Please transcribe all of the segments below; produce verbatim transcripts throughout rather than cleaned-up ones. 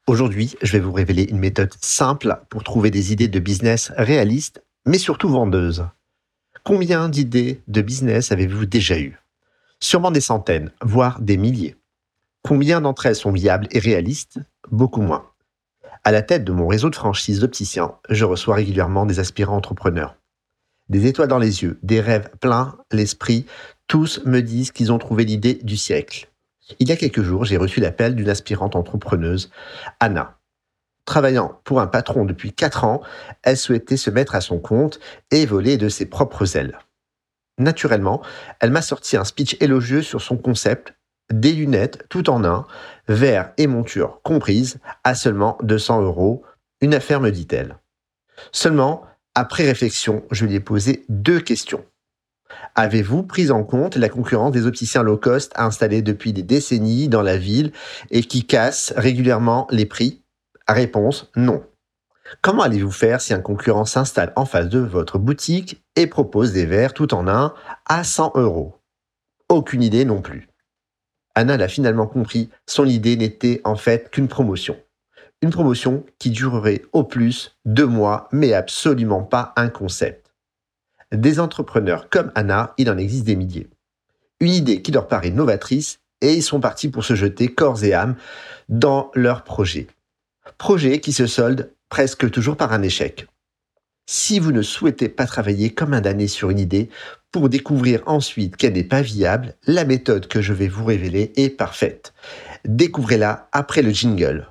Aujourd'hui, je vais vous révéler une méthode simple pour trouver des idées de business réalistes, mais surtout vendeuses. Combien d'idées de business avez-vous déjà eues? Sûrement des centaines, voire des milliers. Combien d'entre elles sont viables et réalistes? Beaucoup moins. À la tête de mon réseau de franchise d'opticiens, je reçois régulièrement des aspirants entrepreneurs. Des étoiles dans les yeux, des rêves pleins l'esprit, tous me disent qu'ils ont trouvé l'idée du siècle. Il y a quelques jours, j'ai reçu l'appel d'une aspirante entrepreneuse, Anna. Travaillant pour un patron depuis quatre ans, elle souhaitait se mettre à son compte et voler de ses propres ailes. Naturellement, elle m'a sorti un speech élogieux sur son concept, des lunettes tout en un, verre et monture comprises, à seulement deux cents euros. Une affaire, me dit-elle. Seulement, après réflexion, je lui ai posé deux questions. Avez-vous pris en compte la concurrence des opticiens low cost installés depuis des décennies dans la ville et qui cassent régulièrement les prix? Réponse, non. Comment allez-vous faire si un concurrent s'installe en face de votre boutique et propose des verres tout en un à cent euros? Aucune idée non plus. Anna l'a finalement compris, son idée n'était en fait qu'une promotion. Une promotion qui durerait au plus deux mois, mais absolument pas un concept. Des entrepreneurs comme Anna, il en existe des milliers. Une idée qui leur paraît novatrice et ils sont partis pour se jeter corps et âme dans leur projet. Projet qui se solde presque toujours par un échec. Si vous ne souhaitez pas travailler comme un damné sur une idée pour découvrir ensuite qu'elle n'est pas viable, la méthode que je vais vous révéler est parfaite. Découvrez-la après le jingle.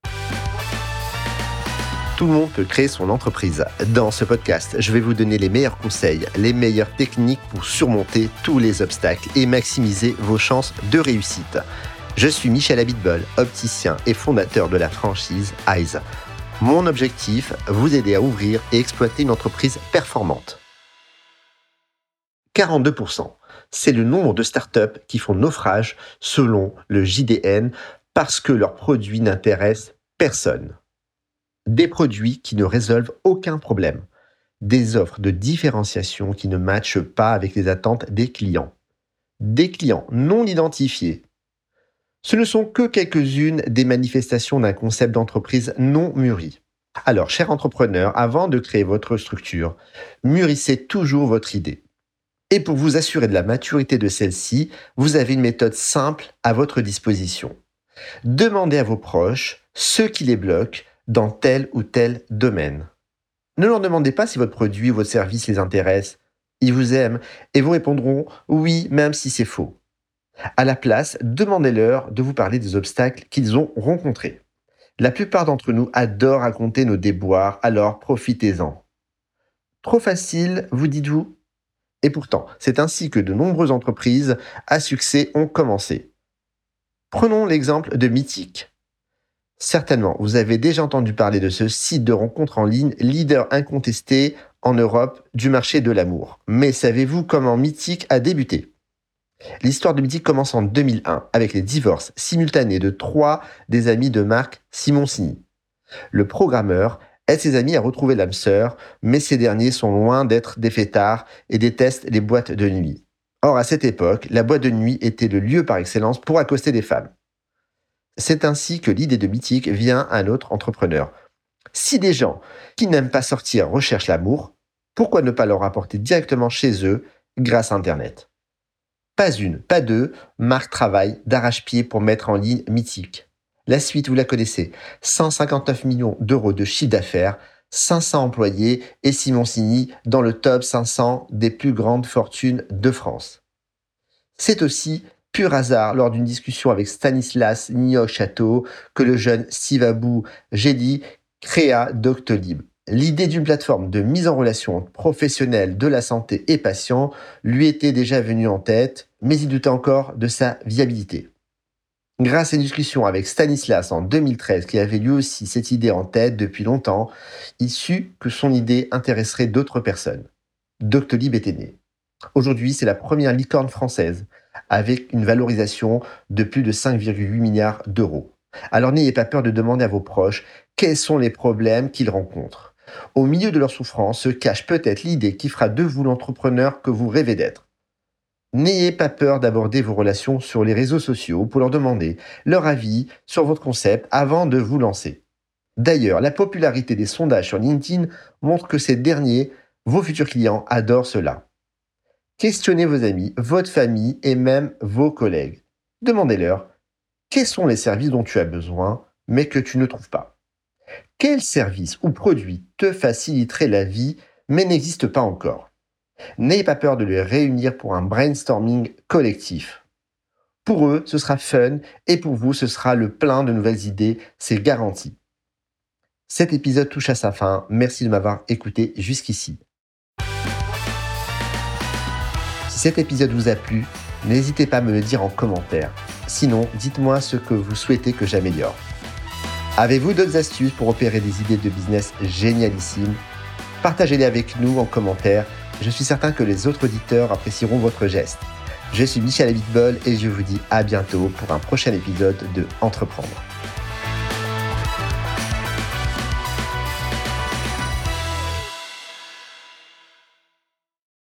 Tout le monde peut créer son entreprise. Dans ce podcast, je vais vous donner les meilleurs conseils, les meilleures techniques pour surmonter tous les obstacles et maximiser vos chances de réussite. Je suis Michel Abitbol, opticien et fondateur de la franchise Eyes. Mon objectif, vous aider à ouvrir et exploiter une entreprise performante. quarante-deux pour cent, c'est le nombre de startups qui font naufrage selon le J D N parce que leurs produits n'intéressent personne. Des produits qui ne résolvent aucun problème. Des offres de différenciation qui ne matchent pas avec les attentes des clients. Des clients non identifiés. Ce ne sont que quelques-unes des manifestations d'un concept d'entreprise non mûri. Alors, chers entrepreneurs, avant de créer votre structure, mûrissez toujours votre idée. Et pour vous assurer de la maturité de celle-ci, vous avez une méthode simple à votre disposition. Demandez à vos proches ce qui les bloque dans tel ou tel domaine. Ne leur demandez pas si votre produit ou votre service les intéresse. Ils vous aiment et vous répondront « oui » même si c'est faux. À la place, demandez-leur de vous parler des obstacles qu'ils ont rencontrés. La plupart d'entre nous adorent raconter nos déboires, alors profitez-en. Trop facile, vous dites-vous? Et pourtant, c'est ainsi que de nombreuses entreprises à succès ont commencé. Prenons l'exemple de Mythique. Certainement, vous avez déjà entendu parler de ce site de rencontre en ligne, leader incontesté en Europe du marché de l'amour. Mais savez-vous comment Mythique a débuté? L'histoire de Mythique commence en deux mille un avec les divorces simultanés de trois des amis de Marc Simoncini. Le programmeur aide ses amis à retrouver l'âme sœur, mais ces derniers sont loin d'être des fêtards et détestent les boîtes de nuit. Or, à cette époque, la boîte de nuit était le lieu par excellence pour accoster des femmes. C'est ainsi que l'idée de Mythique vient à un autre entrepreneur. Si des gens qui n'aiment pas sortir recherchent l'amour, pourquoi ne pas leur apporter directement chez eux grâce à Internet? Pas une, pas deux, Marc travaille d'arrache-pied pour mettre en ligne Mythique. La suite, vous la connaissez, cent cinquante-neuf millions d'euros de chiffre d'affaires, cinq cents employés et Simoncini dans le top cinq cents des plus grandes fortunes de France. C'est aussi pur hasard lors d'une discussion avec Stanislas Nioch-Château que le jeune Steve Abou Gedi créa Doctolib. L'idée d'une plateforme de mise en relation entre professionnels de la santé et patients lui était déjà venue en tête, mais il doutait encore de sa viabilité. Grâce à une discussion avec Stanislas en deux mille treize, qui avait lui aussi cette idée en tête depuis longtemps, il sut que son idée intéresserait d'autres personnes. Doctolib était né. Aujourd'hui, c'est la première licorne française, avec une valorisation de plus de cinq virgule huit milliards d'euros. Alors n'ayez pas peur de demander à vos proches quels sont les problèmes qu'ils rencontrent. Au milieu de leur souffrance se cache peut-être l'idée qui fera de vous l'entrepreneur que vous rêvez d'être. N'ayez pas peur d'aborder vos relations sur les réseaux sociaux pour leur demander leur avis sur votre concept avant de vous lancer. D'ailleurs, la popularité des sondages sur LinkedIn montre que ces derniers, vos futurs clients, adorent cela. Questionnez vos amis, votre famille et même vos collègues. Demandez-leur quels sont les services dont tu as besoin mais que tu ne trouves pas. Quel service ou produit te faciliterait la vie mais n'existe pas encore? N'ayez pas peur de les réunir pour un brainstorming collectif. Pour eux, ce sera fun et pour vous, ce sera le plein de nouvelles idées, c'est garanti. Cet épisode touche à sa fin. Merci de m'avoir écouté jusqu'ici. Si cet épisode vous a plu, n'hésitez pas à me le dire en commentaire. Sinon, dites-moi ce que vous souhaitez que j'améliore. Avez-vous d'autres astuces pour opérer des idées de business génialissimes? Partagez-les avec nous en commentaire. Je suis certain que les autres auditeurs apprécieront votre geste. Je suis Michel Abitbol et je vous dis à bientôt pour un prochain épisode de Entreprendre.